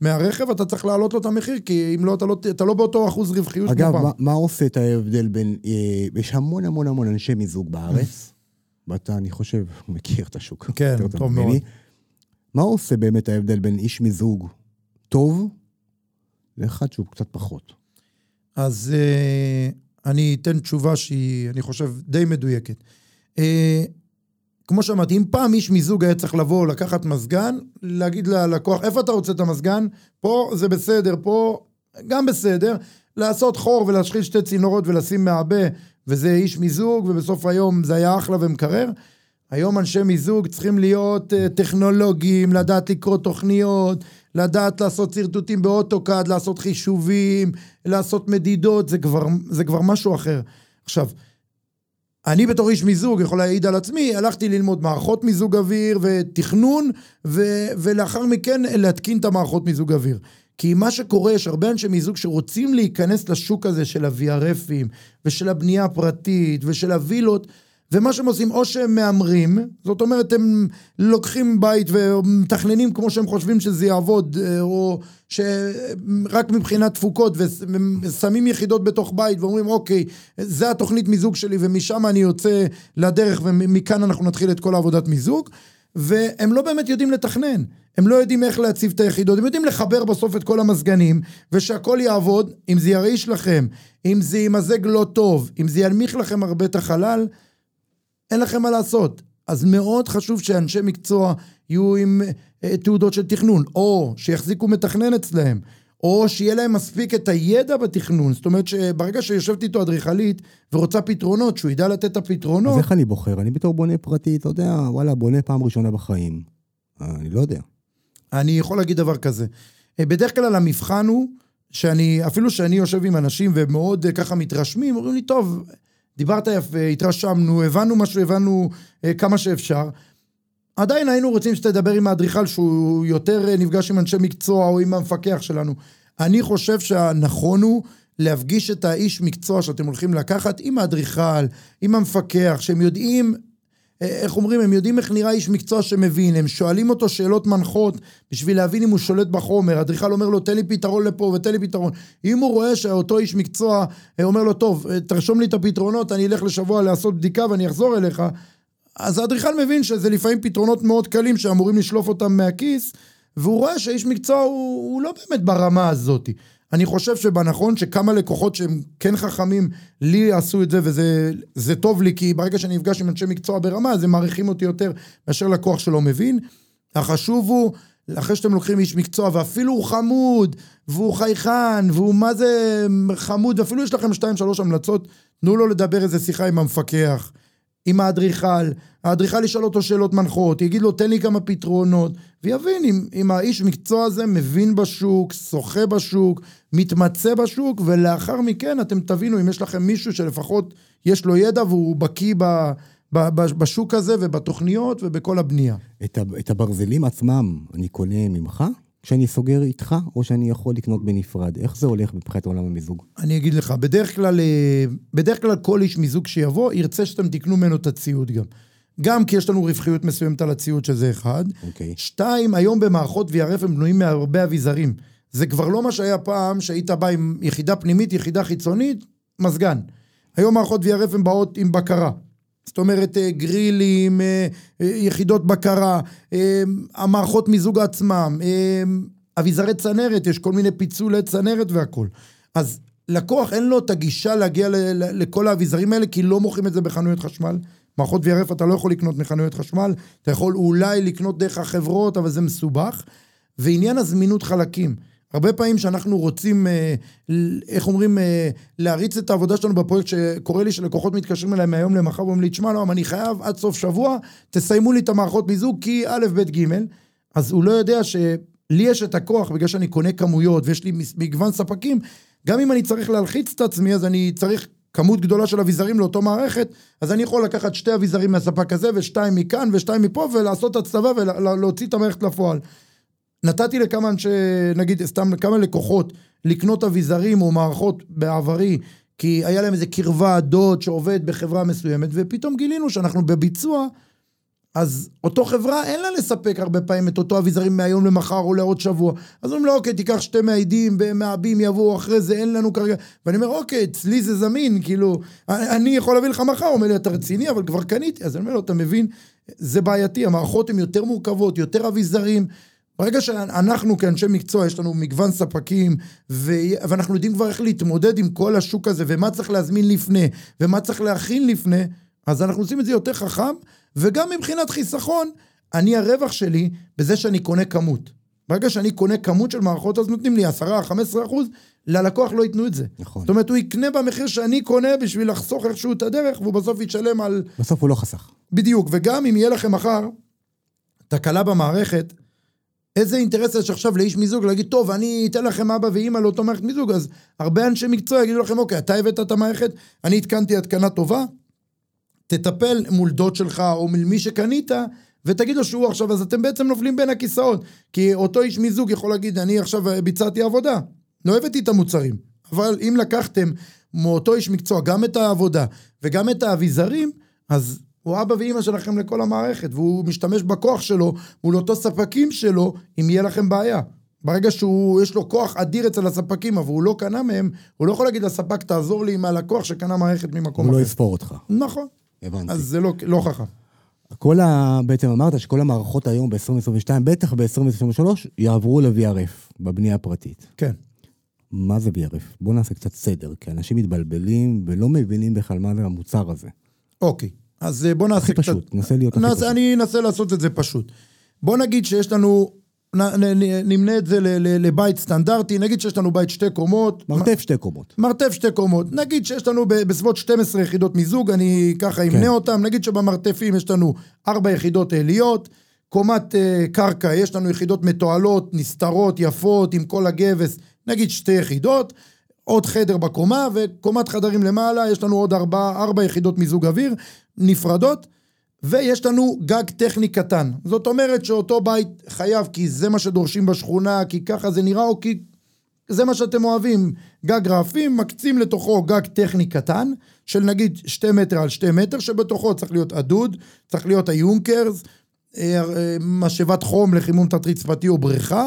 מהרכב, אתה צריך להעלות לו את המחיר, כי אם לא, אתה לא, אתה לא באותו אחוז רווחיות. אגב, מה, מה עושה את ההבדל בין, אה, יש המון המון המון אנשי מיזוג בארץ, ואתה, אני חושב, מכיר את השוק. כן, טוב מאוד. מה עושה באמת ההבדל בין איש מיזוג טוב, לאחד שהוא קצת פחות? אז אה, אני אתן תשובה שהיא, אני חושב, די מדויקת. אה, כמו שאמרתי, אם פעם איש מיזוג היה צריך לבוא, לקחת מזגן, להגיד ללקוח, איפה אתה רוצה את המזגן? פה זה בסדר, פה גם בסדר, לעשות חור ולהשחיל שתי צינורות ולשים מעבה, וזה איש מיזוג, ובסוף היום זה היה אחלה ומקרר. היום אנשי מיזוג צריכים להיות uh, טכנולוגיים, לדעת לקרוא תוכניות, לדעת לעשות סרטוטים באוטוקאד, לעשות חישובים, לעשות מדידות, זה כבר, זה כבר משהו אחר. עכשיו, אני בתור איש מיזוג יכול להעיד על עצמי, הלכתי ללמוד מערכות מיזוג אוויר ותכנון, ו- ולאחר מכן להתקין את המערכות מיזוג אוויר. כי מה שקורה, יש הרבה אנשי מיזוג שרוצים להיכנס לשוק הזה של ה-וי אר אפים, ושל הבנייה הפרטית, ושל הווילות, ומה שהם עושים, או שהם מאמרים, זאת אומרת, הם לוקחים בית ומתכננים כמו שהם חושבים שזה יעבוד, או שרק מבחינת תפוקות, ושמים יחידות בתוך בית, ואומרים, אוקיי, זה התוכנית מיזוג שלי, ומשם אני יוצא לדרך, ומכאן אנחנו נתחיל את כל העבודת מיזוג, והם לא באמת יודעים לתכנן, הם לא יודעים איך להציב את היחידות, הם יודעים לחבר בסוף את כל המזגנים, ושהכל יעבוד, אם זה ירעיש לכם, אם זה ימזג לא טוב, אם זה ינמיך לכם הרבה את החלל, אין לכם מה לעשות. אז מאוד חשוב שאנשי מקצוע יהיו עם uh, תעודות של תכנון, או שיחזיקו מתכנן אצלהם, או שיהיה להם מספיק את הידע בתכנון. זאת אומרת שברגע שיושבת איתו אדריכלית ורוצה פתרונות, שהוא ידע לתת את הפתרונות. אז איך אני בוחר? אני בתור בונה פרטי, אתה יודע, וואלה, בונה פעם ראשונה בחיים. אני לא יודע. אני יכול להגיד דבר כזה. בדרך כלל המבחן הוא, שאני, אפילו שאני יושב עם אנשים ומאוד ככה מתרשמים, אומרים לי, טוב, דיברת יפה, התרשמנו, הבנו משהו, הבנו אה, כמה שאפשר. עדיין היינו רוצים שתדבר עם האדריכל שהוא יותר נפגש עם אנשי מקצוע או עם המפקח שלנו. אני חושב שהנכון הוא להפגיש את האיש מקצוע שאתם הולכים לקחת עם האדריכל, עם המפקח, שהם יודעים, איך אומרים, הם יודעים איך נראה איש מקצוע שמבין, הם שואלים אותו שאלות מנחות בשביל להבין אם הוא שולט בחומר, האדריכל אומר לו תן לי פתרון לפה ותן לי פתרון, אם הוא רואה שאותו איש מקצוע אומר לו טוב, תרשום לי את הפתרונות, אני אלך לשבוע לעשות בדיקה ואני אחזור אליך, אז האדריכל מבין שזה לפעמים פתרונות מאוד קלים שאמורים לשלוף אותם מהכיס, והוא רואה שאיש מקצוע הוא, הוא לא באמת ברמה הזאת. אני חושב שבנכון שכמה לקוחות שהם כן חכמים לי עשו את זה, וזה זה טוב לי, כי ברגע שאני נפגש עם אנשי מקצוע ברמה, אז הם מעריכים אותי יותר מאשר לקוח שלא מבין. החשוב הוא, אחרי שאתם לוקחים איש מקצוע, ואפילו הוא חמוד, והוא חייכן, והוא מה זה חמוד, ואפילו יש לכם שתיים שלוש המלצות, תנו לו לדבר איזה שיחה עם המפקח, עם האדריכל, האדריכל ישאל אותו שאלות מנחות, יגיד לו תן לי כמה פתרונות, ויבין אם, אם האיש מקצוע הזה מבין בשוק, שוחה בשוק, מתמצא בשוק, ולאחר מכן אתם תבינו אם יש לכם מישהו שלפחות יש לו ידע והוא בקיא ב, ב, ב, בשוק הזה ובתוכניות ובכל הבנייה. את, ה, את הברזלים עצמם אני קונה ממך? כשאני סוגר איתך, או שאני יכול לקנות בנפרד? איך זה הולך מבחינת עולם המיזוג? אני אגיד לך, בדרך כלל, בדרך כלל כל איש מיזוג שיבוא, ירצה שאתם תקנו ממנו את הציוד גם. גם כי יש לנו רווחיות מסוימת על הציוד שזה אחד. Okay. שתיים, היום במערכות וי אר אף הם בנויים מהרבה אביזרים. זה כבר לא מה שהיה פעם, שהיית בא עם יחידה פנימית, יחידה חיצונית, מזגן. היום מערכות וי אר אף הם באות עם בקרה. זאת אומרת, גרילים, יחידות בקרה, המערכות מיזוג עצמם, אביזרי צנרת, יש כל מיני פיצולי צנרת והכל. אז לקוח אין לו את הגישה להגיע לכל האביזרים האלה, כי לא מוכרים את זה בחנויות חשמל. מערכות וי אר אף אתה לא יכול לקנות מחנויות חשמל, אתה יכול אולי לקנות דרך החברות, אבל זה מסובך. ועניין הזמינות חלקים. הרבה פעמים שאנחנו רוצים, איך אומרים, להריץ את העבודה שלנו בפרויקט, שקורא לי שלקוחות מתקשרים אליי מהיום למחר, ואומרים לי, תשמע, לא, אני חייב עד סוף שבוע, תסיימו לי את המערכות מיזוג, כי א' ב' ג', אז הוא לא יודע שלי יש את הכוח, בגלל שאני קונה כמויות, ויש לי מגוון ספקים, גם אם אני צריך להלחיץ את עצמי, אז אני צריך כמות גדולה של אביזרים לאותו מערכת, אז אני יכול לקחת שתי אביזרים מהספק הזה, ושתיים מכאן, ושתיים מפה, ולעשות את הצלבה, ולהוציא את המערכת לפועל. נתתי לכמה אנשי, נגיד, סתם כמה לקוחות, לקנות אביזרים או מערכות בעברי, כי היה להם איזה קרבה דוד שעובד בחברה מסוימת, ופתאום גילינו שאנחנו בביצוע, אז אותו חברה אין לה לספק הרבה פעמים את אותו אביזרים מהיום למחר או לעוד שבוע. אז אומרים לו, אוקיי, תיקח שתי מעידים ומעבים יבואו אחרי זה, אין לנו כרגע. ואני אומר, אוקיי, אצלי זה זמין, כאילו, אני יכול להביא לך מחר, הוא אומר לי, אתה רציני, אבל כבר קניתי. אז אני אומר לו, אתה מבין, זה בעייתי, המערכות הן יותר מורכבות, יותר אביזרים. ברגע שאנחנו כאנשי מקצוע, יש לנו מגוון ספקים, ו... ואנחנו יודעים כבר איך להתמודד עם כל השוק הזה, ומה צריך להזמין לפני, ומה צריך להכין לפני, אז אנחנו עושים את זה יותר חכם, וגם מבחינת חיסכון, אני הרווח שלי בזה שאני קונה כמות. ברגע שאני קונה כמות של מערכות, אז נותנים לי עשרה, חמישה עשר אחוז, ללקוח לא ייתנו את זה. נכון. זאת אומרת, הוא יקנה במחיר שאני קונה בשביל לחסוך איכשהו את הדרך, והוא בסוף יתשלם על... בסוף הוא לא חסך. בדיוק, וגם אם יהיה לכם מחר תקלה במערכת, איזה אינטרס יש עכשיו לאיש מיזוג, להגיד, טוב, אני אתן לכם אבא ואמא לאותו מערכת מיזוג, אז הרבה אנשי מקצוע יגידו לכם, אוקיי, אתה הבאת את המערכת, אני התקנתי התקנה טובה, תטפל מול דוד שלך או מול מי שקנית, ותגיד לו שהוא עכשיו, אז אתם בעצם נופלים בין הכיסאות, כי אותו איש מיזוג יכול להגיד, אני עכשיו ביצעתי עבודה, לא הבאתי את המוצרים, אבל אם לקחתם מאותו איש מקצוע גם את העבודה וגם את האביזרים, אז הוא אבא ואמא שלכם לכל המערכת, והוא משתמש בכוח שלו מול אותו ספקים שלו, אם יהיה לכם בעיה. ברגע שהוא, יש לו כוח אדיר אצל הספקים, אבל הוא לא קנה מהם, הוא לא יכול להגיד לספק, תעזור לי עם הלקוח שקנה מערכת ממקום אחר. הוא לא יספור אותך. נכון. הבנתי. אז זה לא, לא חכם. כל ה... בעצם אמרת שכל המערכות היום ב-עשרים עשרים ושתיים, בטח ב-עשרים עשרים ושלוש, יעברו ל-וי אר אף, בבנייה הפרטית. כן. מה זה וי אר אף? בואו נעשה קצת סדר, כי אנשים מתבלבלים ולא מבינים בכלל מה זה המוצר הזה. אוקיי. אז בוא נעשה הכי קצת... פשוט, ננסה להיות הכי פשוט. אני אנסה לעשות את זה פשוט. בוא נגיד שיש לנו, נמנה את זה לבית סטנדרטי, נגיד שיש לנו בית שתי קומות. מרתף שתי קומות. מרתף שתי קומות. נגיד שיש לנו בסביבות שתים עשרה יחידות מיזוג, אני ככה אמנה אותם, נגיד שבמרתפים יש לנו ארבע יחידות העליות, קומת קרקע, יש לנו יחידות מתועלות, נסתרות, יפות, עם כל הגבס, נגיד שתי יחידות, עוד חדר בקומה, וקומת חדרים למעלה, יש לנו עוד ארבע, ארבע יחידות מיזוג אוויר, נפרדות, ויש לנו גג טכני קטן. זאת אומרת שאותו בית חייב, כי זה מה שדורשים בשכונה, כי ככה זה נראה, או כי זה מה שאתם אוהבים. גג רעפים, מקצים לתוכו גג טכני קטן, של נגיד שתי מטר על שתי מטר, שבתוכו צריך להיות עדוד, צריך להיות היונקרס, משאבת חום לחימום תת-רצפתי או בריכה,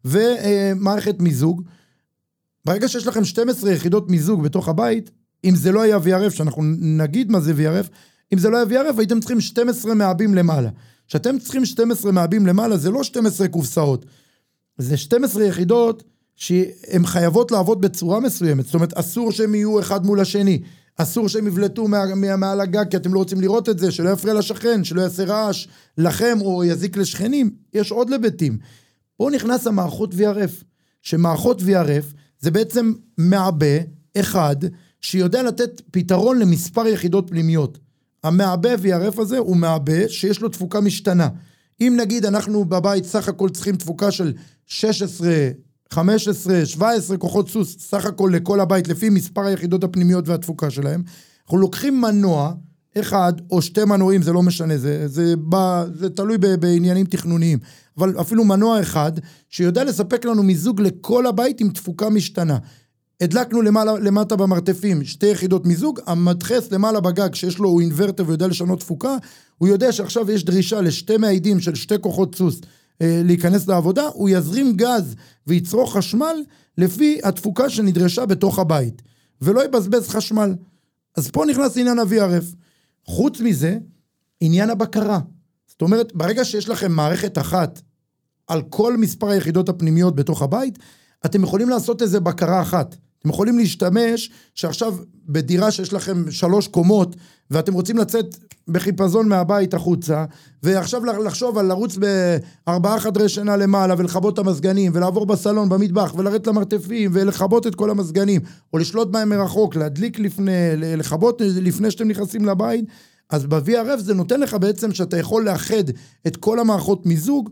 ומערכת מיזוג. ברגע שיש לכם שתים עשרה יחידות מיזוג בתוך הבית, אם זה לא היה וי אר אף, שאנחנו נגיד מה זה וי אר אף, אם זה לא היה וי אר אף, הייתם צריכים שתים עשרה מעבים למעלה. שאתם צריכים שתים עשרה מעבים למעלה, זה לא שתים עשרה קופסאות. זה שתים עשרה יחידות שהן חייבות לעבוד בצורה מסוימת. זאת אומרת, אסור שהם יהיו אחד מול השני. אסור שהם יבלטו מה, מה, מעל הגג, כי אתם לא רוצים לראות את זה, שלא יפריע לשכן, שלא יעשה רעש לכם או יזיק לשכנים. יש עוד לבטים. פה נכנס המערכות וי אר אף. שמערכות וי אר אף זה בעצם מעבה אחד שיודע לתת פתרון למספר יחידות פנימיות. המעבה וי אר אף הזה הוא מעבה שיש לו תפוקה משתנה. אם נגיד אנחנו בבית סך הכל צריכים תפוקה של שש עשרה, חמש עשרה, שבע עשרה כוחות סוס, סך הכל לכל הבית, לפי מספר היחידות הפנימיות והתפוקה שלהם, אנחנו לוקחים מנוע, אחד או שתי מנועים, זה לא משנה, זה, זה, בא, זה תלוי בעניינים תכנוניים, אבל אפילו מנוע אחד, שיודע לספק לנו מיזוג לכל הבית עם תפוקה משתנה. הדלקנו למעלה, למטה במרתפים שתי יחידות מיזוג, המדחס למעלה בגג שיש לו, הוא אינברטר ויודע לשנות תפוקה, הוא יודע שעכשיו יש דרישה לשתי מעידים של שתי כוחות סוס אה, להיכנס לעבודה, הוא יזרים גז ויצרוך חשמל לפי התפוקה שנדרשה בתוך הבית, ולא יבזבז חשמל. אז פה נכנס עניין ה-וי אר אף. חוץ מזה, עניין הבקרה. זאת אומרת, ברגע שיש לכם מערכת אחת על כל מספר היחידות הפנימיות בתוך הבית, אתם יכולים לעשות איזה בקרה אחת. אתם יכולים להשתמש שעכשיו בדירה שיש לכם שלוש קומות, ואתם רוצים לצאת בחיפזון מהבית החוצה, ועכשיו לחשוב על לרוץ בארבעה חדרי שינה למעלה, ולחבות את המסגנים, ולעבור בסלון, במטבח, ולרדת למרתפים, ולחבות את כל המסגנים, או לשלוט בהם מרחוק, להדליק לפני, לחבות לפני שאתם נכנסים לבית, אז ב-וי אר אף זה נותן לך בעצם שאתה יכול לאחד את כל המערכות מיזוג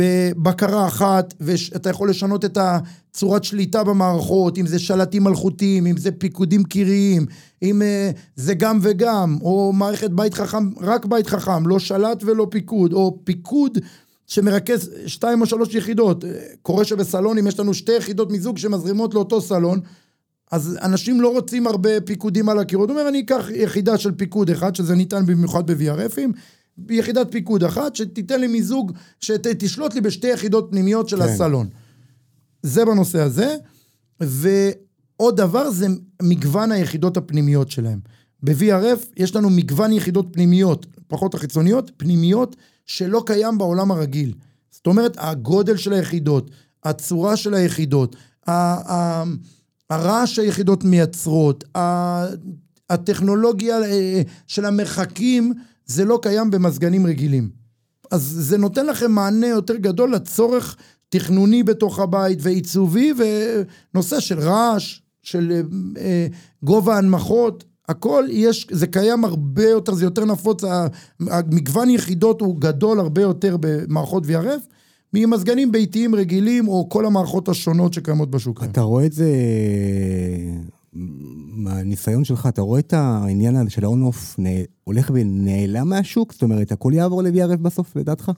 בבקרה אחת, ואתה יכול לשנות את הצורת שליטה במערכות, אם זה שלטים מלכותיים, אם זה פיקודים קיריים, אם זה גם וגם, או מערכת בית חכם, רק בית חכם, לא שלט ולא פיקוד, או פיקוד שמרכז שתיים או שלוש יחידות. קורה שבסלון, אם יש לנו שתי יחידות מיזוג שמזרימות לאותו סלון, אז אנשים לא רוצים הרבה פיקודים על הקירות. הוא אומר, אני אקח יחידה של פיקוד אחד, שזה ניתן במיוחד ב-וי אר אפים, יחידת פיקוד אחת, שתיתן לי מיזוג, שתשלוט לי בשתי יחידות פנימיות של כן. הסלון. זה בנושא הזה, ועוד דבר זה מגוון היחידות הפנימיות שלהם. ב-וי אר אף יש לנו מגוון יחידות פנימיות, פחות החיצוניות, פנימיות שלא קיים בעולם הרגיל. זאת אומרת, הגודל של היחידות, הצורה של היחידות, הרעש שהיחידות מייצרות, הטכנולוגיה של המרחקים, זה לא קיים במזגנים רגילים. אז זה נותן לכם מענה יותר גדול לצורך תכנוני בתוך הבית ועיצובי, ונושא של רעש, של גובה הנמכות, הכל יש, זה קיים הרבה יותר, זה יותר נפוץ, המגוון יחידות הוא גדול הרבה יותר במערכות וי אר אף, ממזגנים ביתיים רגילים, או כל המערכות השונות שקיימות בשוק. אתה רואה את זה, מהניסיון שלך, אתה רואה את העניין של האון-אוף, הולך ונעלם מהשוק? זאת אומרת, הכל יעבור ל-וי אר אף בסוף, לדעתך?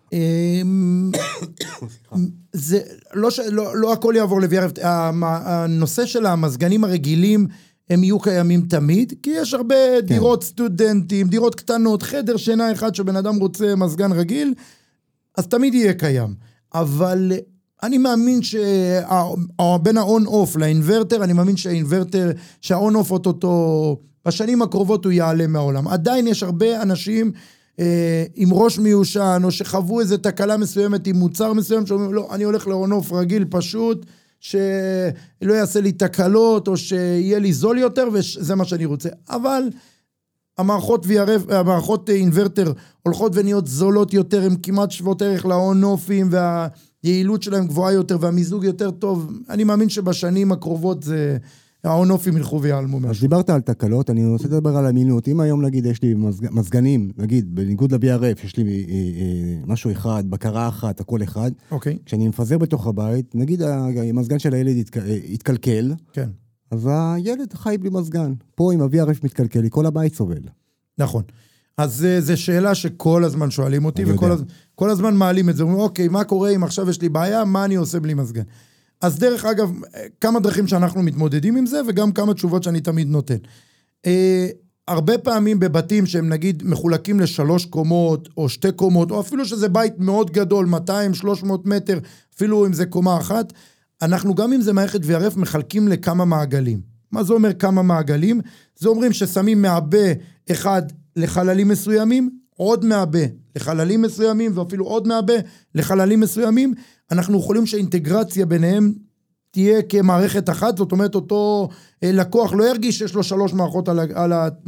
זה, לא, לא, לא הכל יעבור ל-וי אר אף, הנושא של המזגנים הרגילים, הם יהיו קיימים תמיד, כי יש הרבה כן. דירות סטודנטים, דירות קטנות, חדר שינה אחד שבן אדם רוצה מזגן רגיל, אז תמיד יהיה קיים. אבל אני מאמין שבין האון-אוף לאינברטר, אני מאמין שהאינברטר, שהאון-אוף אותו, בשנים הקרובות הוא יעלה מהעולם. עדיין יש הרבה אנשים אה, עם ראש מיושן, או שחוו איזו תקלה מסוימת עם מוצר מסוים, שאומרים, לא, אני הולך לאון-אוף רגיל פשוט, שלא יעשה לי תקלות, או שיהיה לי זול יותר, וזה מה שאני רוצה. אבל המערכות וי אר אף, המערכות אינברטר, הולכות ונהיות זולות יותר, הן כמעט שוות ערך לאון-אופים, והיעילות שלהם גבוהה יותר, והמיזוג יותר טוב. אני מאמין שבשנים הקרובות זה, האון-אופים ילכו ויעלמו משהו. אז דיברת על תקלות, אני רוצה לדבר על אמינות. אם היום נגיד יש לי מזגנים, נגיד, בניגוד ל-וי אר אף, יש לי משהו אחד, בקרה אחת, הכל אחד. אוקיי. כשאני מפזר בתוך הבית, נגיד המזגן של הילד יתקלקל, כן. אז הילד חי בלי מזגן. פה אם ה-וי אר אף מתקלקל, כל הבית סובל. נכון. אז זו שאלה שכל הזמן שואלים אותי, וכל הז... כל הזמן מעלים את זה. אומרים, אוקיי, מה קורה אם עכשיו יש לי בעיה, מה אני עושה בלי מזגן? אז דרך אגב, כמה דרכים שאנחנו מתמודדים עם זה, וגם כמה תשובות שאני תמיד נותן. אה, הרבה פעמים בבתים שהם נגיד מחולקים לשלוש קומות, או שתי קומות, או אפילו שזה בית מאוד גדול, מאתיים שלוש מאות מטר, אפילו אם זה קומה אחת, אנחנו גם אם זה מערכת וי אר אף מחלקים לכמה מעגלים. מה זה אומר כמה מעגלים? זה אומרים ששמים מעבה אחד לחללים מסוימים, עוד מעבה לחללים מסוימים, ואפילו עוד מעבה לחללים מסוימים, אנחנו יכולים שהאינטגרציה ביניהם תהיה כמערכת אחת, זאת אומרת אותו לקוח לא ירגיש שיש לו שלוש מערכות על, על,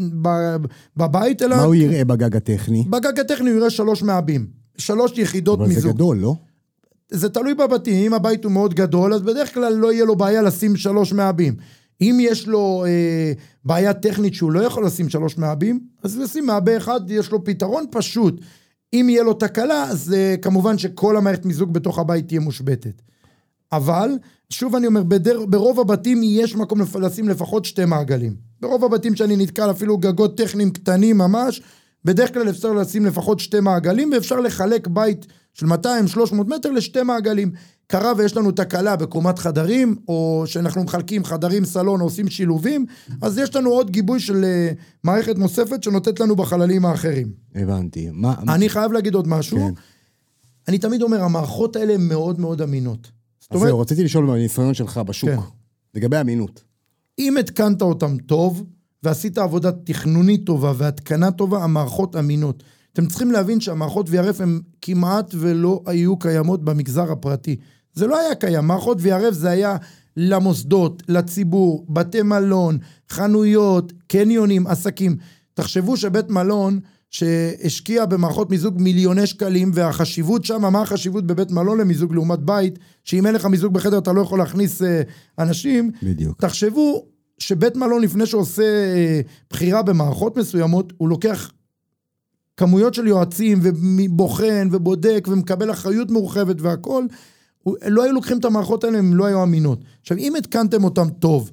בבית, אלא... מה הוא יראה בגג הטכני? בגג הטכני הוא יראה שלוש מעבים, שלוש יחידות אבל מיזוג. אבל זה גדול, לא? זה תלוי בבתים, אם הבית הוא מאוד גדול, אז בדרך כלל לא יהיה לו בעיה לשים שלוש מעבים. אם יש לו אה, בעיה טכנית שהוא לא יכול לשים שלוש מעבים, אז לשים מעבה אחד, יש לו פתרון פשוט. אם יהיה לו תקלה, אז אה, כמובן שכל המערכת מיזוג בתוך הבית תהיה מושבתת. אבל, שוב אני אומר, בדר, ברוב הבתים יש מקום לשים לפחות שתי מעגלים. ברוב הבתים שאני נתקל, אפילו גגות טכניים קטנים ממש, בדרך כלל אפשר לשים לפחות שתי מעגלים, ואפשר לחלק בית של מאתיים שלוש מאות מטר לשתי מעגלים. קרה ויש לנו תקלה בקומת חדרים, או שאנחנו מחלקים חדרים סלון, או עושים שילובים, אז יש לנו עוד גיבוי של מערכת נוספת, שנותנת לנו בחללים האחרים. הבנתי. מה... אני חייב להגיד עוד משהו. כן. אני תמיד אומר, המערכות האלה הן מאוד מאוד אמינות. אז זהו, רציתי לשאול מהניסיון שלך בשוק, כן. לגבי אמינות. אם התקנת אותם טוב, ועשית עבודה תכנונית טובה, והתקנה טובה, המערכות אמינות. אתם צריכים להבין שהמערכות וי אר אף הן כמעט ולא היו קיימות במגזר הפרטי. זה לא היה קיים. מערכות וי אר אף זה היה למוסדות, לציבור, בתי מלון, חנויות, קניונים, עסקים. תחשבו שבית מלון שהשקיע במערכות מיזוג מיליוני שקלים, והחשיבות שם, מה החשיבות בבית מלון למיזוג לעומת בית, שאם אין לך מיזוג בחדר אתה לא יכול להכניס אנשים. בדיוק. תחשבו שבית מלון לפני שעושה בחירה במערכות מסוימות, הוא לוקח כמויות של יועצים ובוחן ובודק ומקבל אחריות מורחבת והכל, לא היו לוקחים את המערכות האלה, הם לא היו אמינות. עכשיו, אם התקנתם אותם טוב,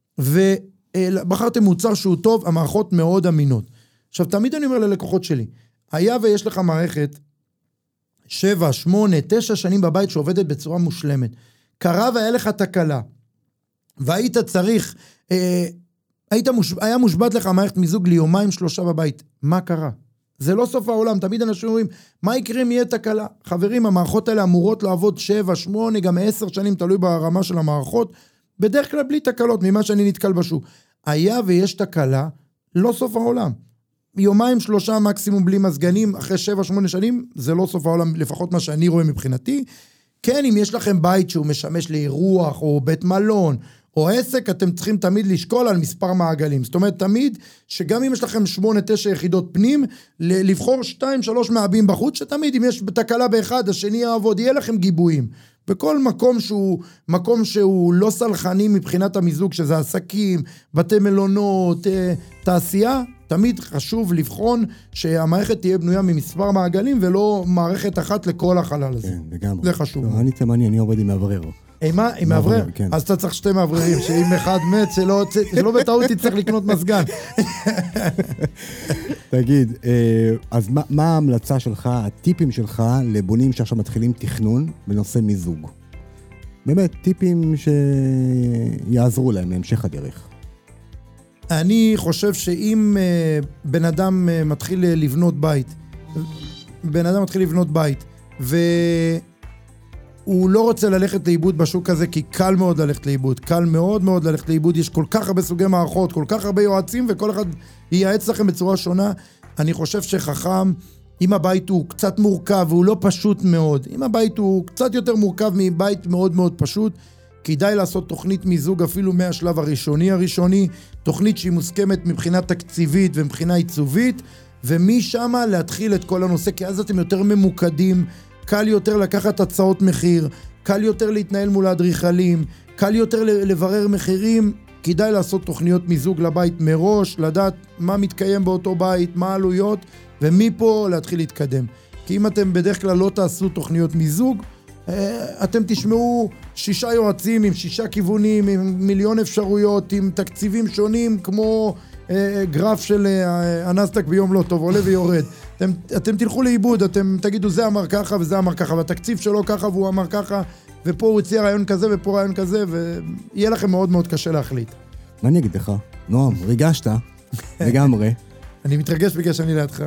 ובחרתם מוצר שהוא טוב, המערכות מאוד אמינות. עכשיו, תמיד אני אומר ללקוחות שלי, היה ויש לך מערכת, שבע, שמונה, תשע שנים בבית שעובדת בצורה מושלמת, קרה והיה לך תקלה, והיית צריך, אה, היית מוש... היה מושבת לך מערכת מיזוג ליומיים שלושה בבית, מה קרה? זה לא סוף העולם, תמיד אנשים אומרים, מה יקרה אם יהיה תקלה? חברים, המערכות האלה אמורות לעבוד שבע, שמונה, גם עשר שנים, תלוי ברמה של המערכות, בדרך כלל בלי תקלות, ממה שאני נתקל בשוק. היה ויש תקלה, לא סוף העולם. יומיים שלושה מקסימום בלי מזגנים, אחרי שבע, שמונה שנים, זה לא סוף העולם, לפחות מה שאני רואה מבחינתי. כן, אם יש לכם בית שהוא משמש לאירוח, או בית מלון, או עסק, אתם צריכים תמיד לשקול על מספר מעגלים. זאת אומרת, תמיד, שגם אם יש לכם שמונה, תשע יחידות פנים, לבחור שתיים, שלוש מעבים בחוץ, שתמיד אם יש תקלה באחד, השני יעבוד, יהיה לכם גיבויים. בכל מקום שהוא, מקום שהוא לא סלחני מבחינת המיזוג, שזה עסקים, בתי מלונות, תעשייה, תמיד חשוב לבחון שהמערכת תהיה בנויה ממספר מעגלים, ולא מערכת אחת לכל החלל הזה. כן, לגמרי. זה חשוב. לא, אני תימני, אני עובד עם מאוורר. עם מה? עם מאוורר? כן. אז אתה צריך שתי מאווררים, שאם אחד מת, שלא, שלא בטעות תצטרך לקנות מזגן. תגיד, אז מה, מה ההמלצה שלך, הטיפים שלך לבונים שעכשיו מתחילים תכנון בנושא מיזוג? באמת, טיפים שיעזרו להם להמשך הדרך. אני חושב שאם בן אדם מתחיל לבנות בית, בן אדם מתחיל לבנות בית, ו... הוא לא רוצה ללכת לאיבוד בשוק הזה, כי קל מאוד ללכת לאיבוד, קל מאוד מאוד ללכת לאיבוד, יש כל כך הרבה סוגי מערכות, כל כך הרבה יועצים, וכל אחד ייעץ לכם בצורה שונה. אני חושב שחכם, אם הבית הוא קצת מורכב, והוא לא פשוט מאוד, אם הבית הוא קצת יותר מורכב מבית מאוד מאוד פשוט, כדאי לעשות תוכנית מיזוג אפילו מהשלב הראשוני הראשוני, תוכנית שהיא מוסכמת מבחינה תקציבית ומבחינה עיצובית, ומשם להתחיל את כל הנושא, כי אז אתם יותר ממוקדים, קל יותר לקחת הצעות מחיר, קל יותר להתנהל מול האדריכלים, קל יותר לברר מחירים, כדאי לעשות תוכניות מיזוג לבית מראש, לדעת מה מתקיים באותו בית, מה העלויות, ומפה להתחיל להתקדם. כי אם אתם בדרך כלל לא תעשו תוכניות מיזוג, אתם תשמעו שישה יועצים עם שישה כיוונים, עם מיליון אפשרויות, עם תקציבים שונים, כמו גרף של הנסדק ביום לא טוב, עולה ויורד. אתם, אתם תלכו לאיבוד, אתם תגידו זה אמר ככה וזה אמר ככה, והתקציב שלו ככה והוא אמר ככה, ופה הוא הציע רעיון כזה ופה רעיון כזה, ויהיה לכם מאוד מאוד קשה להחליט. מה אני אגיד לך? נועם, ריגשת לגמרי. אני מתרגש בגלל שאני לידך.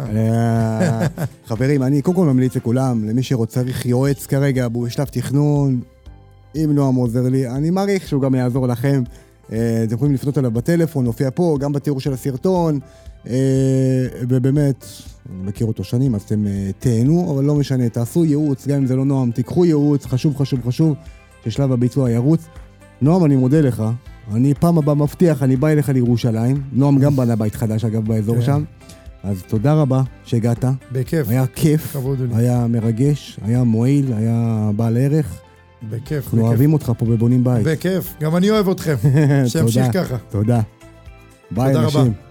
חברים, אני קודם כל ממליץ לכולם, למי שרוצה יועץ כרגע, בשלב תכנון, אם נועם עוזר לי, אני מעריך שהוא גם יעזור לכם. אתם יכולים לפנות עליו בטלפון, להופיע פה, גם בתיאור של הסרטון, ובאמת, אני מכיר אותו שנים, אז אתם תהנו, אבל לא משנה, תעשו ייעוץ, גם אם זה לא נועם, תיקחו ייעוץ, חשוב, חשוב, חשוב, ששלב הביצוע ירוץ. נועם, אני מודה לך, אני פעם הבא מבטיח, אני בא אליך לירושלים, נועם גם בנה בית חדש, אגב, באזור שם, אז תודה רבה שהגעת. בכיף. היה כיף, היה מרגש, היה מועיל, היה בעל ערך. בכיף. אנחנו אוהבים אותך פה בבונים בית. בכיף, גם אני אוהב אתכם. שימשיך ככה. תודה. ביי אנשים.